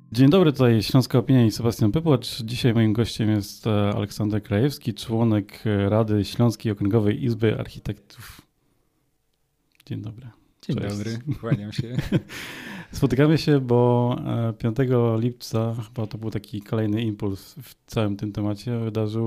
Dzień dobry, tutaj Śląska Opinia i Sebastian Pypłacz. Dzisiaj moim gościem jest Aleksander Krajewski, członek Rady Śląskiej Okręgowej Izby Architektów. Dzień dobry. Dzień Cześć. dobry, kłaniam się. Spotykamy się, bo 5 lipca, chyba to był taki kolejny impuls w całym tym temacie,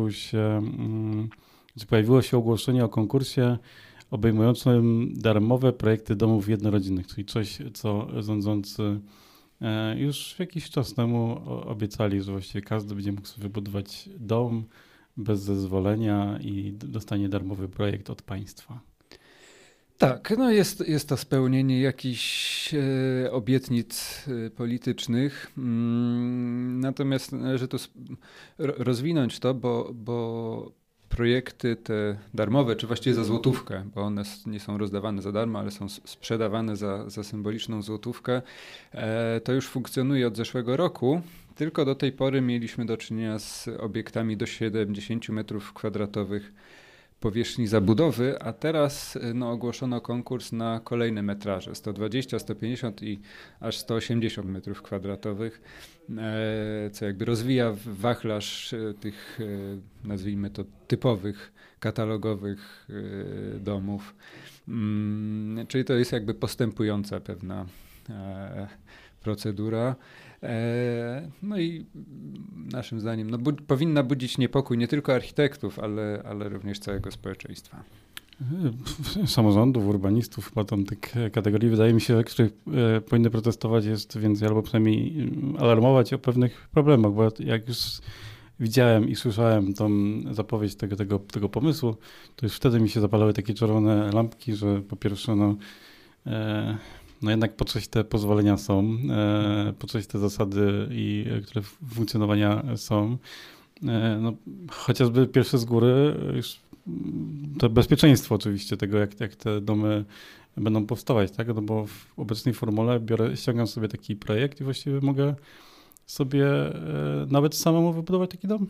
pojawiło się ogłoszenie o konkursie obejmującym darmowe projekty domów jednorodzinnych, czyli coś, co rządzący już jakiś czas temu obiecali, że właściwie każdy będzie mógł sobie wybudować dom bez zezwolenia i dostanie darmowy projekt od państwa. Tak, no jest to spełnienie jakichś obietnic politycznych. Natomiast należy to rozwinąć to, bo projekty te darmowe, czy właściwie za złotówkę, bo one nie są rozdawane za darmo, ale są sprzedawane za symboliczną złotówkę, to już funkcjonuje od zeszłego roku. Tylko do tej pory mieliśmy do czynienia z obiektami do 70 m2 powierzchni zabudowy, a teraz ogłoszono konkurs na kolejne metraże 120, 150 i aż 180 m2, co jakby rozwija wachlarz tych, nazwijmy to, typowych, katalogowych domów. Czyli to jest jakby postępująca pewna procedura. No i naszym zdaniem powinna budzić niepokój nie tylko architektów, ale również całego społeczeństwa. Samorządów, urbanistów, chyba tam tych kategorii, wydaje mi się, których powinny protestować jest więcej, albo przynajmniej alarmować o pewnych problemach, bo jak już widziałem i słyszałem tą zapowiedź tego pomysłu, to już wtedy mi się zapalały takie czerwone lampki, że po pierwsze jednak po coś te pozwolenia są, po coś te zasady, które funkcjonowania są. Chociażby pierwsze z góry, już to bezpieczeństwo oczywiście tego, jak te domy będą powstawać, tak? No bo w obecnej formule ściągam sobie taki projekt i właściwie mogę sobie nawet samemu wybudować taki dom.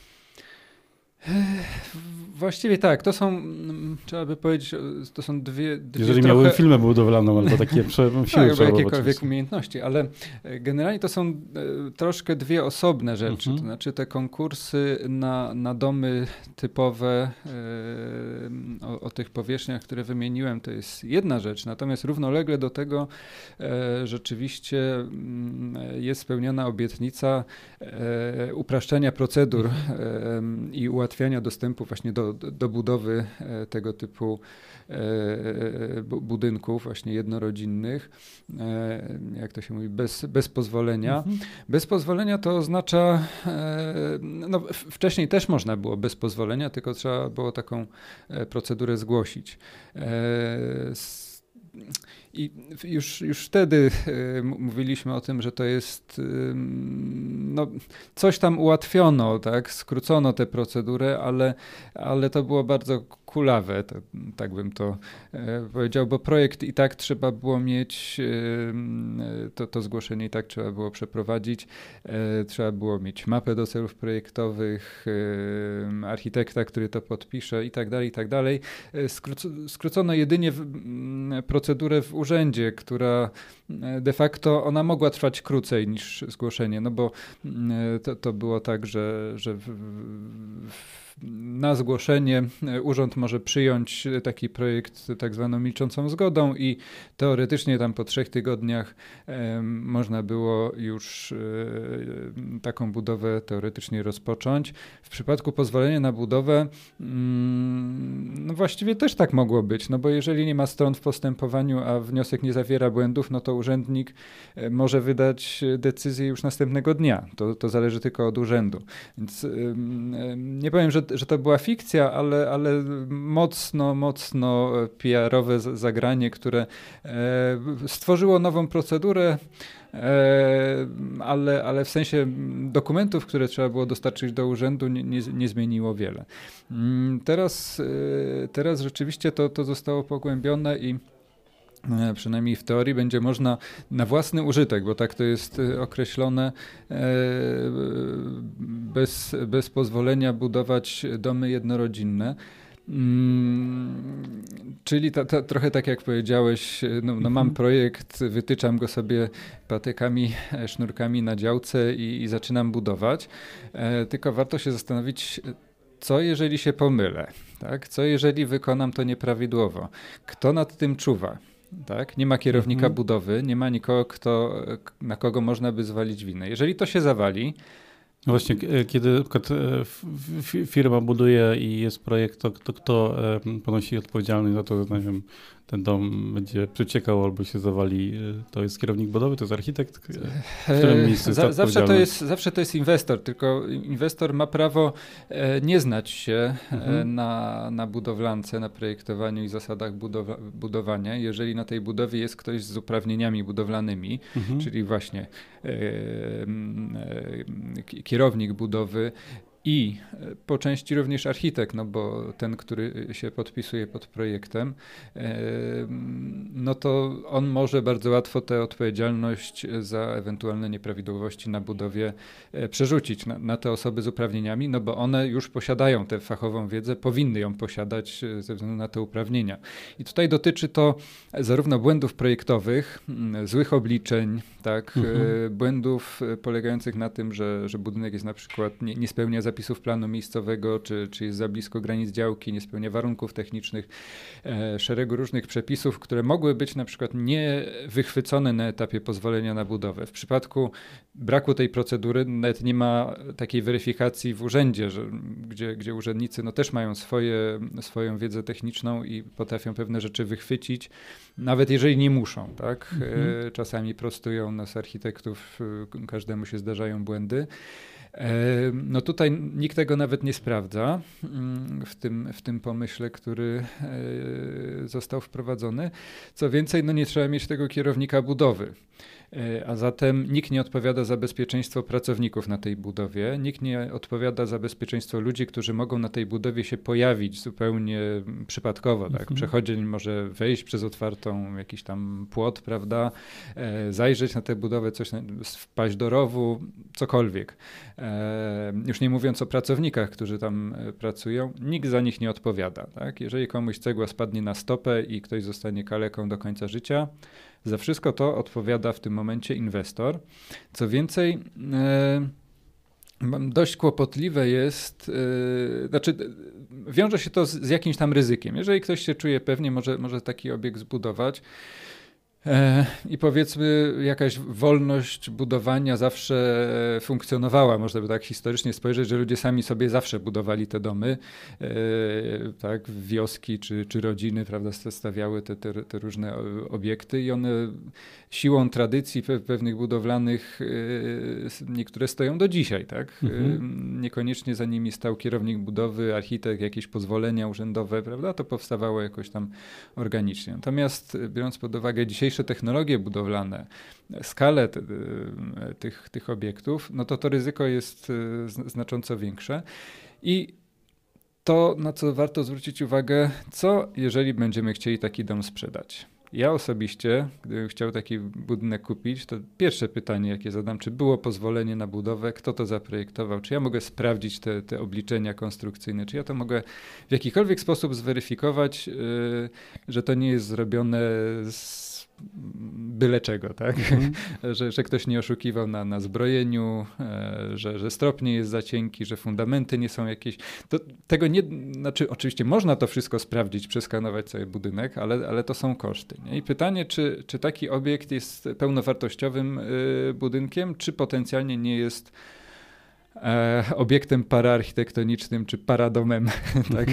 Właściwie tak, to są, trzeba by powiedzieć, to są dwie jeżeli miałbym firmę budowlaną albo takie siły albo jakiekolwiek umiejętności, ale generalnie to są troszkę dwie osobne rzeczy. To znaczy te konkursy na domy typowe o tych powierzchniach, które wymieniłem, to jest jedna rzecz, natomiast równolegle do tego rzeczywiście jest spełniona obietnica upraszczania procedur i ułatwiania dostępu właśnie do budowy tego typu budynków właśnie jednorodzinnych, jak to się mówi, bez pozwolenia. Bez pozwolenia to oznacza, wcześniej też można było bez pozwolenia, tylko trzeba było taką procedurę zgłosić. I już wtedy mówiliśmy o tym, że to jest, coś tam ułatwiono, tak? Skrócono tę procedurę, ale to było bardzo kulawe, tak bym to powiedział, bo projekt i tak trzeba było mieć, to zgłoszenie i tak trzeba było przeprowadzić, trzeba było mieć mapę do celów projektowych, architekta, który to podpisze i tak dalej, i tak dalej. Skrócono jedynie procedurę w urzędzie, która de facto ona mogła trwać krócej niż zgłoszenie, no bo to było tak, że na zgłoszenie urząd może przyjąć taki projekt tak zwaną milczącą zgodą i teoretycznie tam po 3 tygodniach można było już taką budowę teoretycznie rozpocząć. W przypadku pozwolenia na budowę właściwie też tak mogło być, no bo jeżeli nie ma stron w postępowaniu, a wniosek nie zawiera błędów, no to urzędnik może wydać decyzję już następnego dnia. To zależy tylko od urzędu. Więc nie powiem, że to była fikcja, ale mocno PR-owe zagranie, które stworzyło nową procedurę, ale w sensie dokumentów, które trzeba było dostarczyć do urzędu, nie zmieniło wiele. Teraz rzeczywiście to zostało pogłębione i przynajmniej w teorii będzie można na własny użytek, bo tak to jest określone, bez pozwolenia budować domy jednorodzinne. Czyli trochę tak jak powiedziałeś, no mam projekt, wytyczam go sobie patykami, sznurkami na działce i zaczynam budować. Tylko warto się zastanowić, co jeżeli się pomylę, tak? Co jeżeli wykonam to nieprawidłowo? Kto nad tym czuwa? Tak? Nie ma kierownika budowy, nie ma nikogo, na kogo można by zwalić winę. Jeżeli to się zawali, no właśnie, kiedy na przykład firma buduje i jest projekt, to kto ponosi odpowiedzialność za to, że nie wiem, ten dom będzie przeciekał albo się zawali? To jest kierownik budowy, to jest architekt? W którym miejscu jest zawsze to jest inwestor, tylko inwestor ma prawo nie znać się na budowlance, na projektowaniu i zasadach budowania. Jeżeli na tej budowie jest ktoś z uprawnieniami budowlanymi, czyli właśnie kierownik budowy, i po części również architekt, no bo ten, który się podpisuje pod projektem, no to on może bardzo łatwo tę odpowiedzialność za ewentualne nieprawidłowości na budowie przerzucić na te osoby z uprawnieniami, no bo one już posiadają tę fachową wiedzę, powinny ją posiadać ze względu na te uprawnienia. I tutaj dotyczy to zarówno błędów projektowych, złych obliczeń, tak, błędów polegających na tym, że budynek jest na przykład nie spełnia zapisów planu miejscowego, czy jest za blisko granic działki, nie spełnia warunków technicznych, szeregu różnych przepisów, które mogły być na przykład nie wychwycone na etapie pozwolenia na budowę. W przypadku braku tej procedury nawet nie ma takiej weryfikacji w urzędzie, gdzie urzędnicy no też mają swoją wiedzę techniczną i potrafią pewne rzeczy wychwycić, nawet jeżeli nie muszą. Tak? Czasami prostują nas architektów, każdemu się zdarzają błędy. No tutaj nikt tego nawet nie sprawdza w tym pomyśle, który został wprowadzony. Co więcej, no nie trzeba mieć tego kierownika budowy. A zatem nikt nie odpowiada za bezpieczeństwo pracowników na tej budowie, nikt nie odpowiada za bezpieczeństwo ludzi, którzy mogą na tej budowie się pojawić zupełnie przypadkowo. Tak? Przechodzień może wejść przez otwartą jakiś tam płot, prawda, zajrzeć na tę budowę, wpaść do rowu, cokolwiek. Już nie mówiąc o pracownikach, którzy tam pracują, nikt za nich nie odpowiada. Tak? Jeżeli komuś cegła spadnie na stopę i ktoś zostanie kaleką do końca życia, za wszystko to odpowiada w tym momencie inwestor. Co więcej, dość kłopotliwe jest, wiąże się to z jakimś tam ryzykiem. Jeżeli ktoś się czuje pewnie, może taki obiekt zbudować, i powiedzmy jakaś wolność budowania zawsze funkcjonowała. Można by tak historycznie spojrzeć, że ludzie sami sobie zawsze budowali te domy, tak, wioski czy rodziny, prawda, stawiały te różne obiekty i one siłą tradycji pewnych budowlanych niektóre stoją do dzisiaj. Tak? Niekoniecznie za nimi stał kierownik budowy, architekt, jakieś pozwolenia urzędowe, prawda? To powstawało jakoś tam organicznie. Natomiast biorąc pod uwagę dzisiejsze technologie budowlane, skalę tych obiektów, no to ryzyko jest znacząco większe. I to, na co warto zwrócić uwagę, co jeżeli będziemy chcieli taki dom sprzedać. Ja osobiście, gdybym chciał taki budynek kupić, to pierwsze pytanie, jakie zadam, czy było pozwolenie na budowę, kto to zaprojektował, czy ja mogę sprawdzić te obliczenia konstrukcyjne, czy ja to mogę w jakikolwiek sposób zweryfikować, że to nie jest zrobione z byle czego, tak? Że ktoś nie oszukiwał na zbrojeniu, że strop nie jest za cienki, że fundamenty nie są jakieś. Tego nie, znaczy oczywiście można to wszystko sprawdzić, przeskanować cały budynek, ale to są koszty. Nie? I pytanie, czy taki obiekt jest pełnowartościowym budynkiem, czy potencjalnie nie jest obiektem paraarchitektonicznym czy paradomem, tak?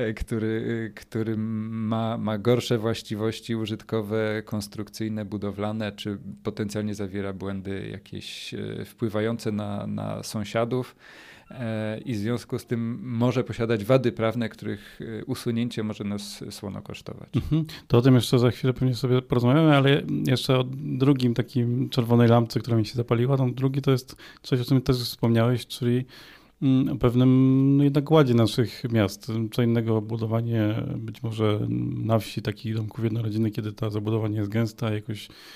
Który ma gorsze właściwości użytkowe, konstrukcyjne, budowlane, czy potencjalnie zawiera błędy jakieś wpływające na sąsiadów i w związku z tym może posiadać wady prawne, których usunięcie może nas słono kosztować. To o tym jeszcze za chwilę pewnie sobie porozmawiamy, ale jeszcze o drugim takim czerwonej lampce, która mi się zapaliła. Tam drugi to jest coś, o czym też wspomniałeś, czyli o pewnym jednak ładzie naszych miast. Co innego budowanie być może na wsi takich domków jednorodzinnych, kiedy ta zabudowa nie jest gęsta, jakoś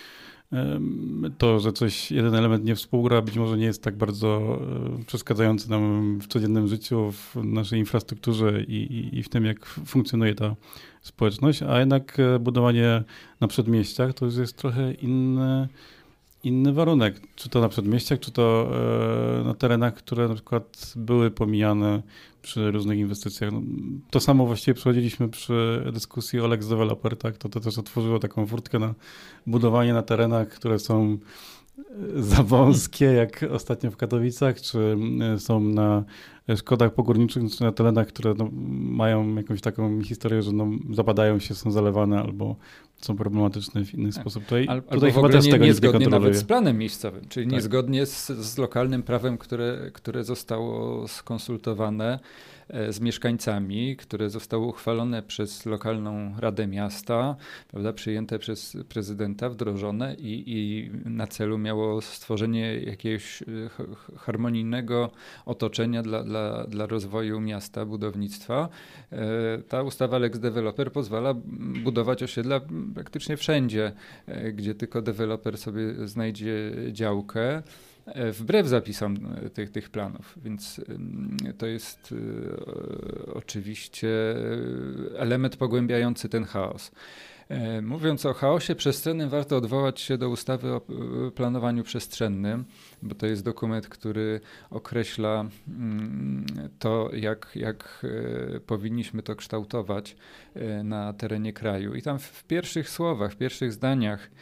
to, że jeden element nie współgra, być może nie jest tak bardzo przeszkadzający nam w codziennym życiu, w naszej infrastrukturze i w tym, jak funkcjonuje ta społeczność, a jednak budowanie na przedmieściach to już jest trochę inny warunek. Czy to na przedmieściach, czy to na terenach, które na przykład były pomijane przy różnych inwestycjach. No, to samo właściwie przechodziliśmy przy dyskusji o Lex Developer, tak? To też otworzyło taką furtkę na budowanie na terenach, które są za wąskie, jak ostatnio w Katowicach, czy są na szkodach pogórniczych, czy na terenach, które mają jakąś taką historię, że zapadają się, są zalewane albo są problematyczne w inny sposób. Tutaj chyba też tego niezgodnie nawet z planem miejscowym, czyli tak. Niezgodnie z lokalnym prawem, które zostało skonsultowane z mieszkańcami, które zostało uchwalone przez lokalną Radę Miasta, prawda, przyjęte przez prezydenta, wdrożone i na celu miało stworzenie jakiegoś harmonijnego otoczenia dla rozwoju miasta, budownictwa. Ta ustawa Lex Developer pozwala budować osiedla praktycznie wszędzie, gdzie tylko deweloper sobie znajdzie działkę, wbrew zapisom tych planów, więc to jest oczywiście element pogłębiający ten chaos. Mówiąc o chaosie przestrzennym, warto odwołać się do ustawy o planowaniu przestrzennym, bo to jest dokument, który określa to, jak powinniśmy to kształtować na terenie kraju. I tam w pierwszych słowach, w pierwszych zdaniach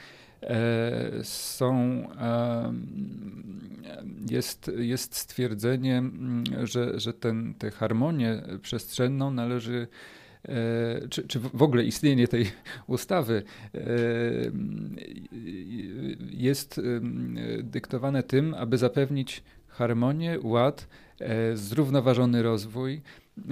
jest stwierdzenie, że tę harmonię przestrzenną należy, czy w ogóle istnienie tej ustawy jest dyktowane tym, aby zapewnić harmonię, ład, zrównoważony rozwój,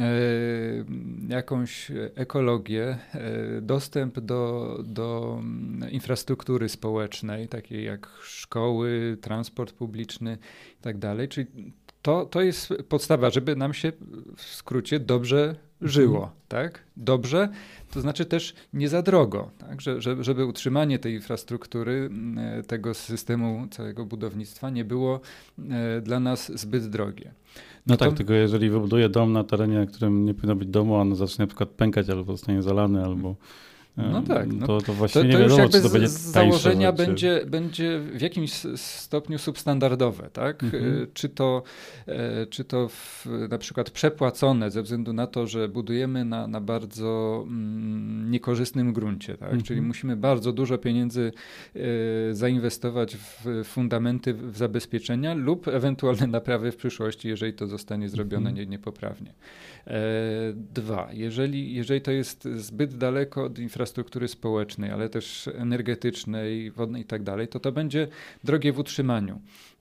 jakąś ekologię, dostęp do infrastruktury społecznej, takiej jak szkoły, transport publiczny i tak dalej. Czyli to jest podstawa, żeby nam się w skrócie dobrze żyło, tak? Dobrze, to znaczy też nie za drogo, tak? Żeby utrzymanie tej infrastruktury, tego systemu całego budownictwa nie było dla nas zbyt drogie. No tak, tylko jeżeli wybuduję dom na terenie, na którym nie powinno być domu, a on zacznie na przykład pękać albo zostanie zalany, albo no tak, to właściwie nie wiadomo, czy to będzie z założenia będzie w jakimś stopniu substandardowe, tak? Czy to na przykład przepłacone ze względu na to, że budujemy na bardzo niekorzystnym gruncie, tak? Czyli musimy bardzo dużo pieniędzy zainwestować w fundamenty, w zabezpieczenia lub ewentualne naprawy w przyszłości, jeżeli to zostanie zrobione niepoprawnie. 2. Jeżeli to jest zbyt daleko od infrastruktury społecznej, ale też energetycznej, wodnej i tak dalej, to będzie drogie w utrzymaniu.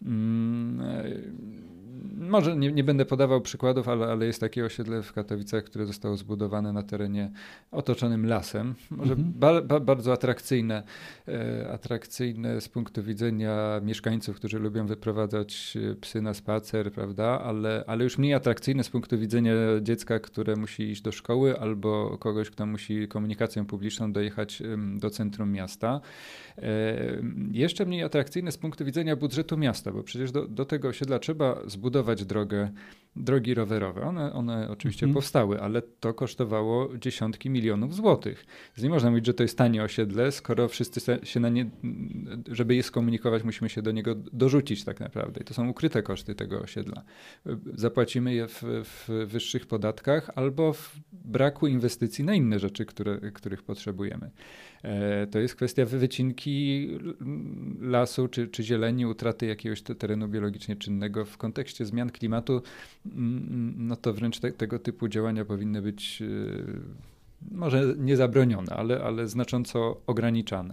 Może nie będę podawał przykładów, ale jest takie osiedle w Katowicach, które zostało zbudowane na terenie otoczonym lasem. Może bardzo atrakcyjne z punktu widzenia mieszkańców, którzy lubią wyprowadzać psy na spacer, prawda? Ale już mniej atrakcyjne z punktu widzenia dziecka, które musi iść do szkoły, albo kogoś, kto musi komunikacją publiczną dojechać do centrum miasta. Jeszcze mniej atrakcyjne z punktu widzenia budżetu miasta, bo przecież do tego osiedla trzeba zbudować drogi rowerowe. One oczywiście powstały, ale to kosztowało dziesiątki milionów złotych. Więc nie można mówić, że to jest tanie osiedle, skoro wszyscy się żeby je skomunikować, musimy się do niego dorzucić tak naprawdę. I to są ukryte koszty tego osiedla. Zapłacimy je w wyższych podatkach albo w braku inwestycji na inne rzeczy, których potrzebujemy. To jest kwestia wycinki lasu czy zieleni, utraty jakiegoś terenu biologicznie czynnego. W kontekście zmian klimatu, no to wręcz tego typu działania powinny być może nie zabronione, ale znacząco ograniczane.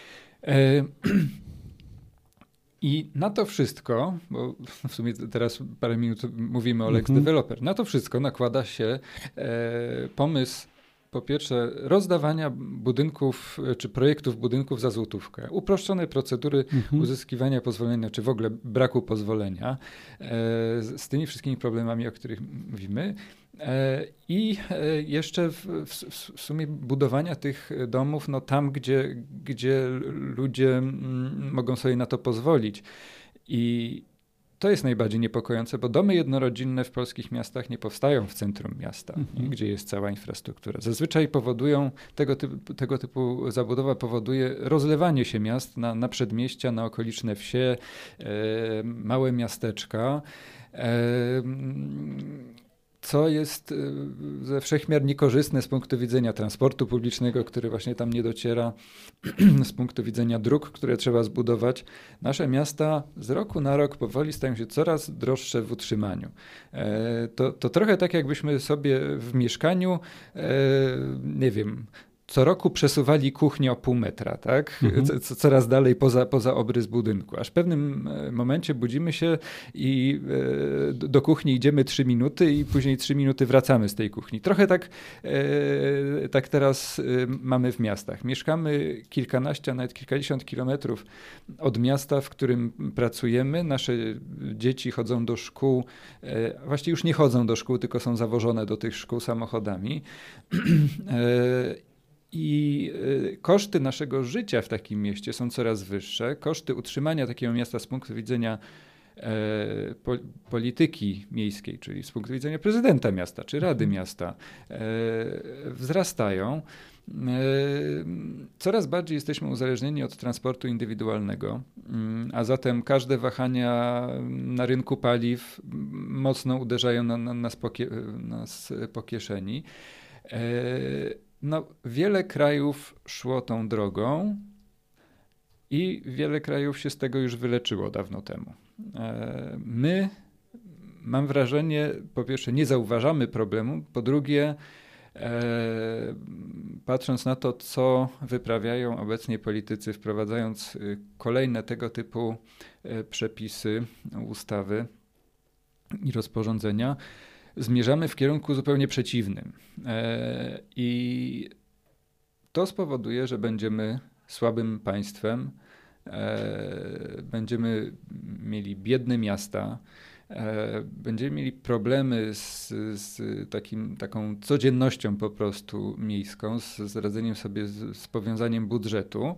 I na to wszystko, bo w sumie teraz parę minut mówimy o Lex Developer, na to wszystko nakłada się pomysł, po pierwsze, rozdawania budynków czy projektów budynków za złotówkę, uproszczone procedury uzyskiwania pozwolenia, czy w ogóle braku pozwolenia, z tymi wszystkimi problemami, o których mówimy. I jeszcze w sumie budowania tych domów no tam, gdzie ludzie mogą sobie na to pozwolić. I to jest najbardziej niepokojące, bo domy jednorodzinne w polskich miastach nie powstają w centrum miasta, gdzie jest cała infrastruktura. Zazwyczaj powodują, tego typu zabudowa powoduje rozlewanie się miast na przedmieścia, na okoliczne wsie, małe miasteczka. Co jest ze wszechmiar niekorzystne z punktu widzenia transportu publicznego, który właśnie tam nie dociera, z punktu widzenia dróg, które trzeba zbudować. Nasze miasta z roku na rok powoli stają się coraz droższe w utrzymaniu. To trochę tak, jakbyśmy sobie w mieszkaniu, nie wiem, co roku przesuwali kuchnię o pół metra, tak? Coraz dalej poza obrys budynku. Aż w pewnym momencie budzimy się i do kuchni idziemy 3 minuty i później 3 minuty wracamy z tej kuchni. Trochę tak teraz mamy w miastach. Mieszkamy kilkanaście, a nawet kilkadziesiąt kilometrów od miasta, w którym pracujemy. Nasze dzieci chodzą do szkół, właściwie już nie chodzą do szkół, tylko są zawożone do tych szkół samochodami. I koszty naszego życia w takim mieście są coraz wyższe. Koszty utrzymania takiego miasta z punktu widzenia polityki miejskiej, czyli z punktu widzenia prezydenta miasta czy rady miasta, wzrastają. Coraz bardziej jesteśmy uzależnieni od transportu indywidualnego, a zatem każde wahania na rynku paliw mocno uderzają nas po kieszeni. No, wiele krajów szło tą drogą i wiele krajów się z tego już wyleczyło dawno temu. My, mam wrażenie, po pierwsze nie zauważamy problemu, po drugie patrząc na to, co wyprawiają obecnie politycy, wprowadzając kolejne tego typu przepisy, ustawy i rozporządzenia, zmierzamy w kierunku zupełnie przeciwnym. I to spowoduje, że będziemy słabym państwem, będziemy mieli biedne miasta, będziemy mieli problemy z taką codziennością po prostu miejską, z radzeniem sobie z powiązaniem budżetu.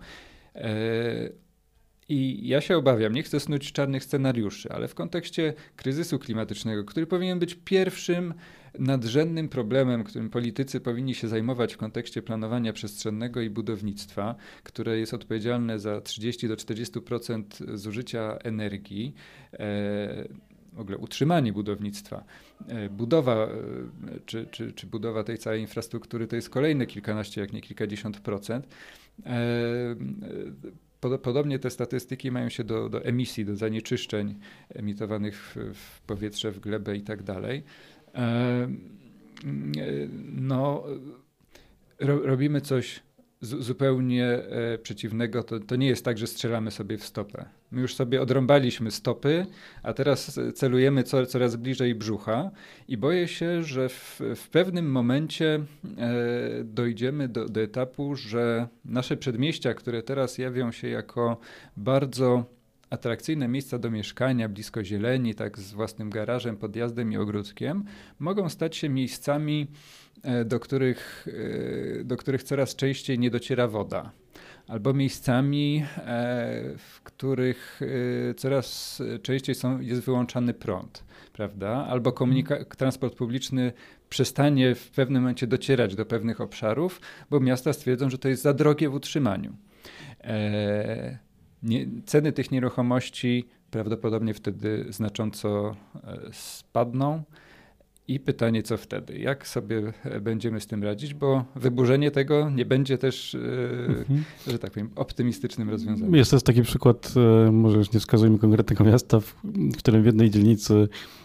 I ja się obawiam, nie chcę snuć czarnych scenariuszy, ale w kontekście kryzysu klimatycznego, który powinien być pierwszym nadrzędnym problemem, którym politycy powinni się zajmować w kontekście planowania przestrzennego i budownictwa, które jest odpowiedzialne za 30 do 40% zużycia energii, w ogóle utrzymanie budownictwa, budowa czy budowa tej całej infrastruktury to jest kolejne kilkanaście, jak nie kilkadziesiąt procent. Podobnie te statystyki mają się do emisji, do zanieczyszczeń emitowanych w powietrze, w glebę i tak dalej. No, robimy coś zupełnie przeciwnego. To nie jest tak, że strzelamy sobie w stopę. My już sobie odrąbaliśmy stopy, a teraz celujemy coraz bliżej brzucha i boję się, że w pewnym momencie dojdziemy do etapu, że nasze przedmieścia, które teraz jawią się jako bardzo atrakcyjne miejsca do mieszkania, blisko zieleni, tak z własnym garażem, podjazdem i ogródkiem, mogą stać się miejscami, do których coraz częściej nie dociera woda. Albo miejscami, w których coraz częściej jest wyłączany prąd, prawda? Albo transport publiczny przestanie w pewnym momencie docierać do pewnych obszarów, bo miasta stwierdzą, że to jest za drogie w utrzymaniu. Ceny tych nieruchomości prawdopodobnie wtedy znacząco spadną. I pytanie, co wtedy? Jak sobie będziemy z tym radzić? Bo wyburzenie tego nie będzie też, że tak powiem, optymistycznym rozwiązaniem. Jest też taki przykład, może już nie wskazujmy konkretnego miasta, w którym w jednej dzielnicy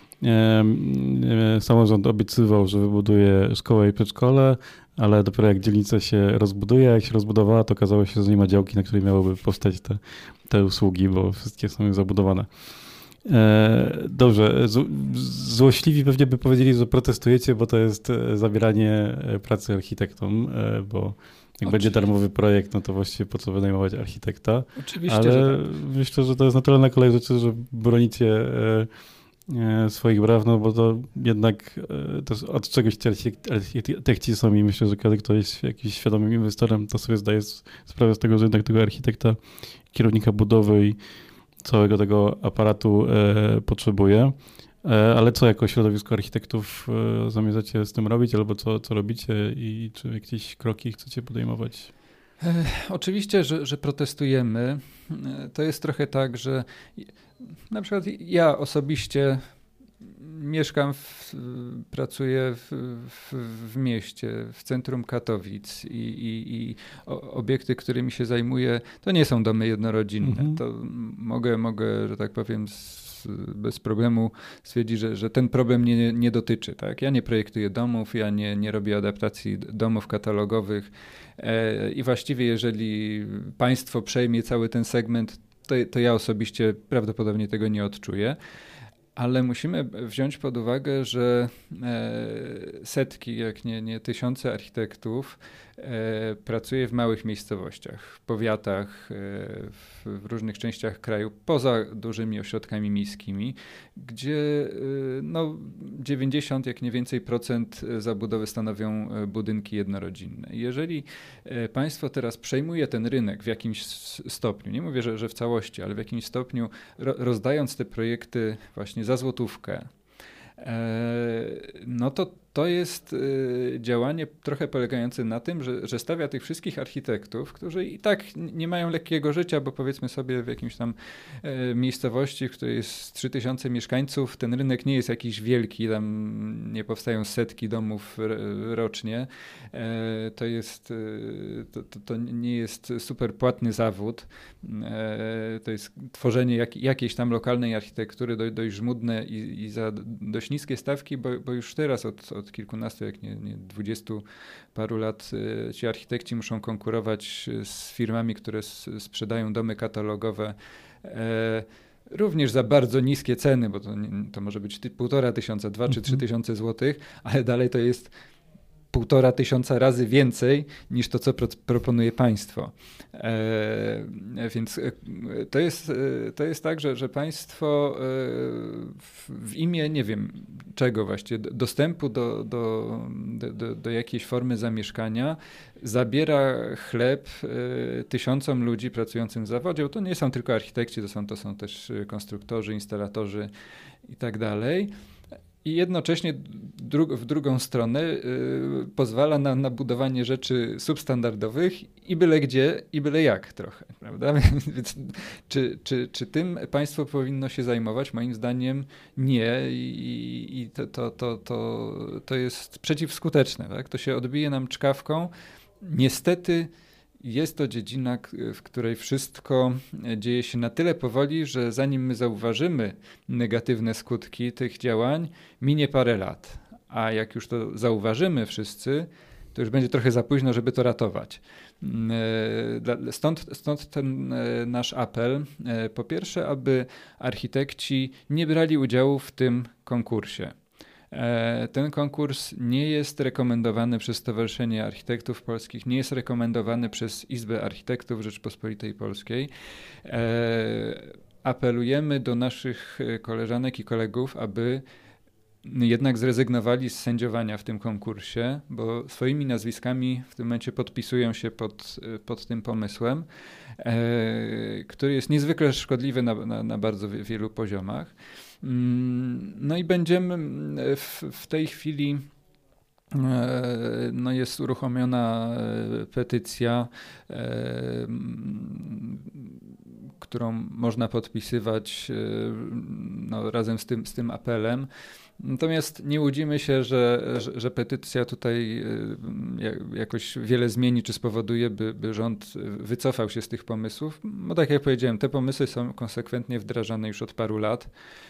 samorząd obiecywał, że wybuduje szkołę i przedszkole, ale dopiero jak dzielnica się rozbuduje, jak się rozbudowała, to okazało się, że nie ma działki, na której miałyby powstać te usługi, bo wszystkie są już zabudowane. Dobrze, złośliwi pewnie by powiedzieli, że protestujecie, bo to jest zabieranie pracy architektom, bo jak będzie darmowy projekt, no to właściwie po co wynajmować architekta. Oczywiście, ale że tak. myślę, że to jest naturalna kolej rzeczy, że bronicie swoich braw, no bo to jednak to od czegoś ci architekci są i myślę, że każdy, kto jest jakimś świadomym inwestorem, to sobie zdaje sprawę z tego, że jednak tego architekta, kierownika budowy i całego tego aparatu potrzebuje. Ale co jako środowisko architektów zamierzacie z tym robić, albo co robicie i czy jakieś kroki chcecie podejmować? Oczywiście, że protestujemy. To jest trochę tak, że na przykład ja osobiście mieszkam, pracuję w mieście, w centrum Katowic i obiekty, którymi się zajmuję, to nie są domy jednorodzinne. To mogę, że tak powiem, bez problemu stwierdzić, że ten problem mnie nie dotyczy. Tak? Ja nie projektuję domów, ja nie robię adaptacji domów katalogowych i właściwie jeżeli państwo przejmie cały ten segment, to ja osobiście prawdopodobnie tego nie odczuję. Ale musimy wziąć pod uwagę, że setki, jak nie tysiące architektów pracuje w małych miejscowościach, w powiatach, w różnych częściach kraju, poza dużymi ośrodkami miejskimi, gdzie 90, jak nie więcej procent zabudowy stanowią budynki jednorodzinne. Jeżeli państwo teraz przejmuje ten rynek w jakimś stopniu, nie mówię, że w całości, ale w jakimś stopniu, rozdając te projekty właśnie za złotówkę, no to jest działanie trochę polegające na tym, że stawia tych wszystkich architektów, którzy i tak nie mają lekkiego życia, bo powiedzmy sobie w jakimś tam miejscowości, w której jest 3000 mieszkańców, ten rynek nie jest jakiś wielki, tam nie powstają setki domów rocznie. To nie jest super płatny zawód. To jest tworzenie jakiejś tam lokalnej architektury dość żmudne i za dość niskie stawki, bo już teraz od kilkunastu, jak nie 20 paru lat ci architekci muszą konkurować z firmami, które sprzedają domy katalogowe również za bardzo niskie ceny, bo to może być 1500, 2 czy 3 tysiące złotych, ale dalej to jest 1500 razy więcej niż to, co proponuje państwo. Więc to jest tak, że państwo w imię, nie wiem czego właściwie, dostępu do jakiejś formy zamieszkania zabiera chleb tysiącom ludzi pracującym w zawodzie. To nie są tylko architekci, to są też konstruktorzy, instalatorzy i tak dalej. I jednocześnie w drugą stronę pozwala na budowanie rzeczy substandardowych i byle gdzie, i byle jak trochę, prawda? Więc czy tym państwo powinno się zajmować? Moim zdaniem nie i to jest przeciwskuteczne. Tak? To się odbije nam czkawką. Niestety jest to dziedzina, w której wszystko dzieje się na tyle powoli, że zanim my zauważymy negatywne skutki tych działań, minie parę lat. A jak już to zauważymy wszyscy, to już będzie trochę za późno, żeby to ratować. Stąd ten nasz apel. Po pierwsze, aby architekci nie brali udziału w tym konkursie. Ten konkurs nie jest rekomendowany przez Stowarzyszenie Architektów Polskich, nie jest rekomendowany przez Izbę Architektów Rzeczypospolitej Polskiej. Apelujemy do naszych koleżanek i kolegów, aby jednak zrezygnowali z sędziowania w tym konkursie, bo swoimi nazwiskami w tym momencie podpisują się pod tym pomysłem, który jest niezwykle szkodliwy na bardzo wielu poziomach. No i będziemy w tej chwili, jest uruchomiona petycja, którą można podpisywać razem z tym apelem. Natomiast nie łudzimy się, że petycja tutaj jakoś wiele zmieni, czy spowoduje, by rząd wycofał się z tych pomysłów. Bo tak jak powiedziałem, te pomysły są konsekwentnie wdrażane już od paru lat.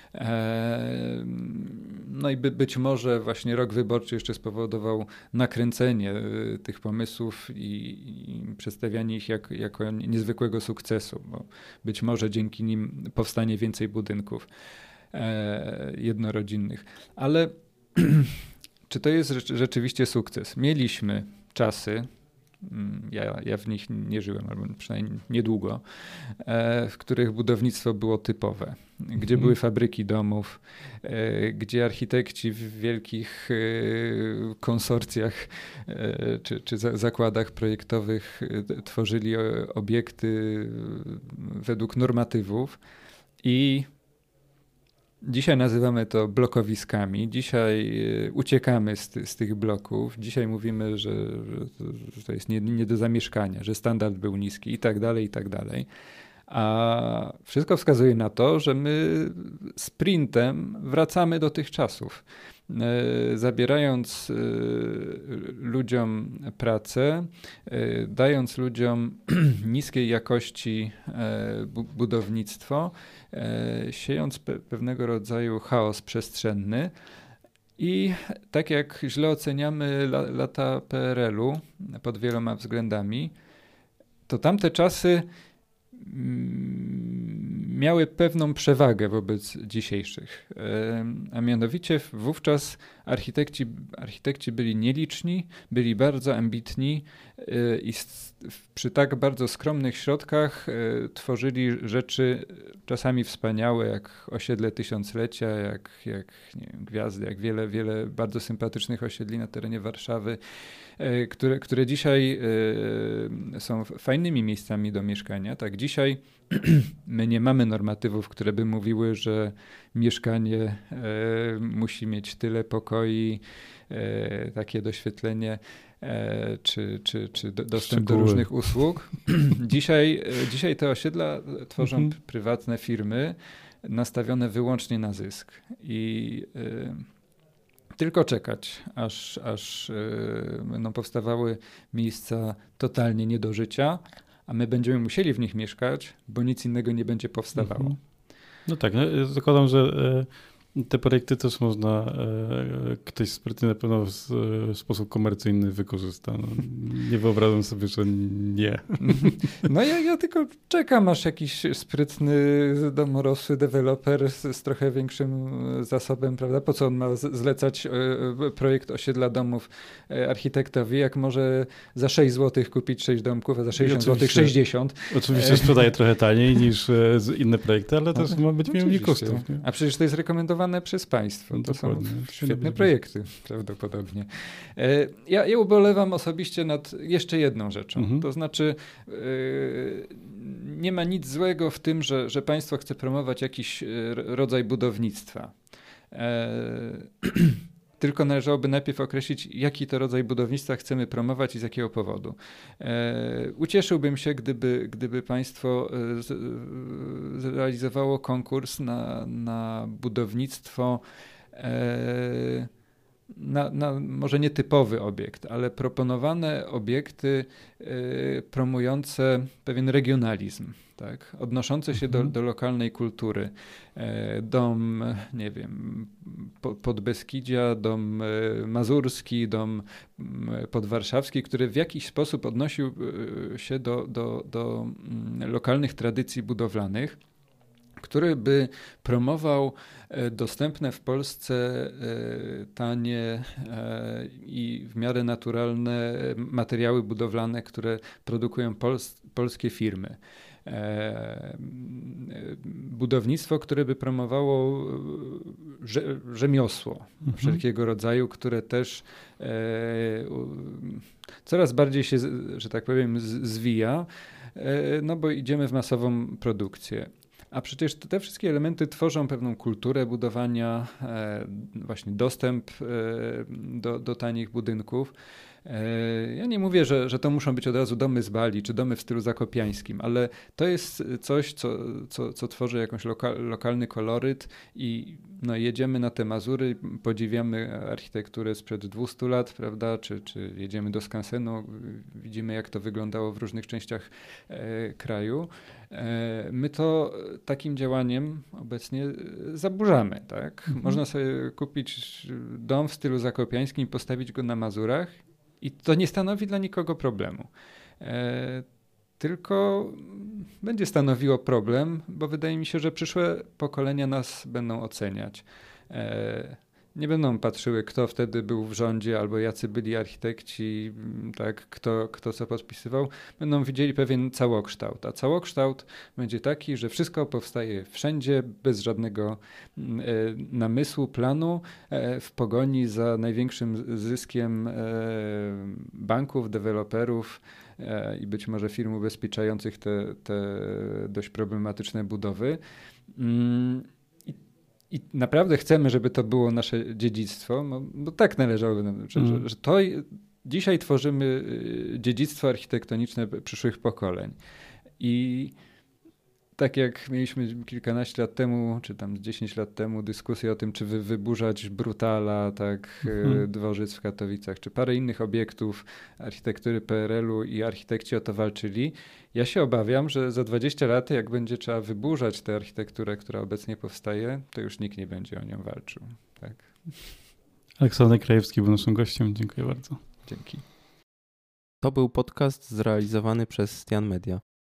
No i być może właśnie rok wyborczy jeszcze spowodował nakręcenie tych pomysłów i przedstawianie ich jako niezwykłego sukcesu, bo być może dzięki nim powstanie więcej budynków jednorodzinnych. Ale czy to jest rzeczywiście sukces? Mieliśmy czasy, ja w nich nie żyłem, albo przynajmniej niedługo, w których budownictwo było typowe, gdzie były fabryki domów, gdzie architekci w wielkich konsorcjach czy zakładach projektowych tworzyli obiekty według normatywów i dzisiaj nazywamy to blokowiskami. Dzisiaj uciekamy z tych bloków. Dzisiaj mówimy, że to jest nie do zamieszkania, że standard był niski i tak dalej, i tak dalej. A wszystko wskazuje na to, że my sprintem wracamy do tych czasów. Zabierając ludziom pracę, dając ludziom niskiej jakości budownictwo, siejąc pewnego rodzaju chaos przestrzenny i tak jak źle oceniamy lata PRL-u pod wieloma względami, to tamte czasy miały pewną przewagę wobec dzisiejszych. A mianowicie wówczas architekci byli nieliczni, byli bardzo ambitni i przy tak bardzo skromnych środkach tworzyli rzeczy czasami wspaniałe, jak osiedle Tysiąclecia, jak nie wiem, Gwiazdy, jak wiele bardzo sympatycznych osiedli na terenie Warszawy, które dzisiaj są fajnymi miejscami do mieszkania. Tak, dzisiaj my nie mamy normatywów, które by mówiły, że mieszkanie musi mieć tyle pokoi, takie doświetlenie, czy dostęp do różnych usług. Dzisiaj te osiedla tworzą prywatne firmy nastawione wyłącznie na zysk. I tylko czekać, aż będą powstawały miejsca totalnie nie do życia, a my będziemy musieli w nich mieszkać, bo nic innego nie będzie powstawało. No tak, ja zakładam, że te projekty też można, ktoś sprytnie na pewno w sposób komercyjny wykorzysta. No, nie wyobrażam sobie, że nie. No ja tylko czekam, aż jakiś sprytny, domorosły deweloper z trochę większym zasobem, prawda? Po co on ma zlecać projekt osiedla domów architektowi, jak może za 6 zł kupić 6 domków, a za 60 zł 60. Oczywiście sprzedaje trochę taniej niż inne projekty, ale też ma być mniej kosztów. Nie? A przecież to jest rekomendowane przez państwo. To są świetne projekty prawdopodobnie. Ja ubolewam osobiście nad jeszcze jedną rzeczą. To znaczy nie ma nic złego w tym, że państwo chce promować jakiś rodzaj budownictwa. Tylko należałoby najpierw określić, jaki to rodzaj budownictwa chcemy promować i z jakiego powodu. Ucieszyłbym się, gdyby państwo zrealizowało konkurs na budownictwo, na może nietypowy obiekt, ale proponowane obiekty promujące pewien regionalizm, tak? Odnoszące się do lokalnej kultury. Dom, nie wiem, Podbeskidzia, dom mazurski, dom podwarszawski, który w jakiś sposób odnosił się do lokalnych tradycji budowlanych, który by promował dostępne w Polsce tanie i w miarę naturalne materiały budowlane, które produkują polskie firmy. Budownictwo, które by promowało rzemiosło wszelkiego rodzaju, które też coraz bardziej się, że tak powiem, zwija, no bo idziemy w masową produkcję. A przecież te wszystkie elementy tworzą pewną kulturę budowania, właśnie dostęp do tanich budynków. Ja nie mówię, że to muszą być od razu domy z Bali, czy domy w stylu zakopiańskim, ale to jest coś, co tworzy jakąś lokalny koloryt i no, jedziemy na te Mazury, podziwiamy architekturę sprzed 200 lat, prawda, czy jedziemy do skansenu, widzimy jak to wyglądało w różnych częściach kraju. My to takim działaniem obecnie zaburzamy, tak? Można sobie kupić dom w stylu zakopiańskim i postawić go na Mazurach i to nie stanowi dla nikogo problemu. Tylko będzie stanowiło problem, bo wydaje mi się, że przyszłe pokolenia nas będą oceniać. nie będą patrzyły, kto wtedy był w rządzie albo jacy byli architekci, tak, kto co podpisywał. Będą widzieli pewien całokształt, a całokształt będzie taki, że wszystko powstaje wszędzie, bez żadnego namysłu, planu, w pogoni za największym zyskiem banków, deweloperów i być może firm ubezpieczających te dość problematyczne budowy. I naprawdę chcemy, żeby to było nasze dziedzictwo, bo tak należałoby, że to dzisiaj tworzymy dziedzictwo architektoniczne przyszłych pokoleń. I tak jak mieliśmy kilkanaście lat temu, czy tam 10 lat temu dyskusję o tym, czy wyburzać Brutala, tak, dworzec w Katowicach, czy parę innych obiektów architektury PRL-u i architekci o to walczyli. Ja się obawiam, że za 20 lat, jak będzie trzeba wyburzać tę architekturę, która obecnie powstaje, to już nikt nie będzie o nią walczył. Tak. Aleksander Krajewski był naszym gościem. Dziękuję bardzo. Dzięki. To był podcast zrealizowany przez Stian Media.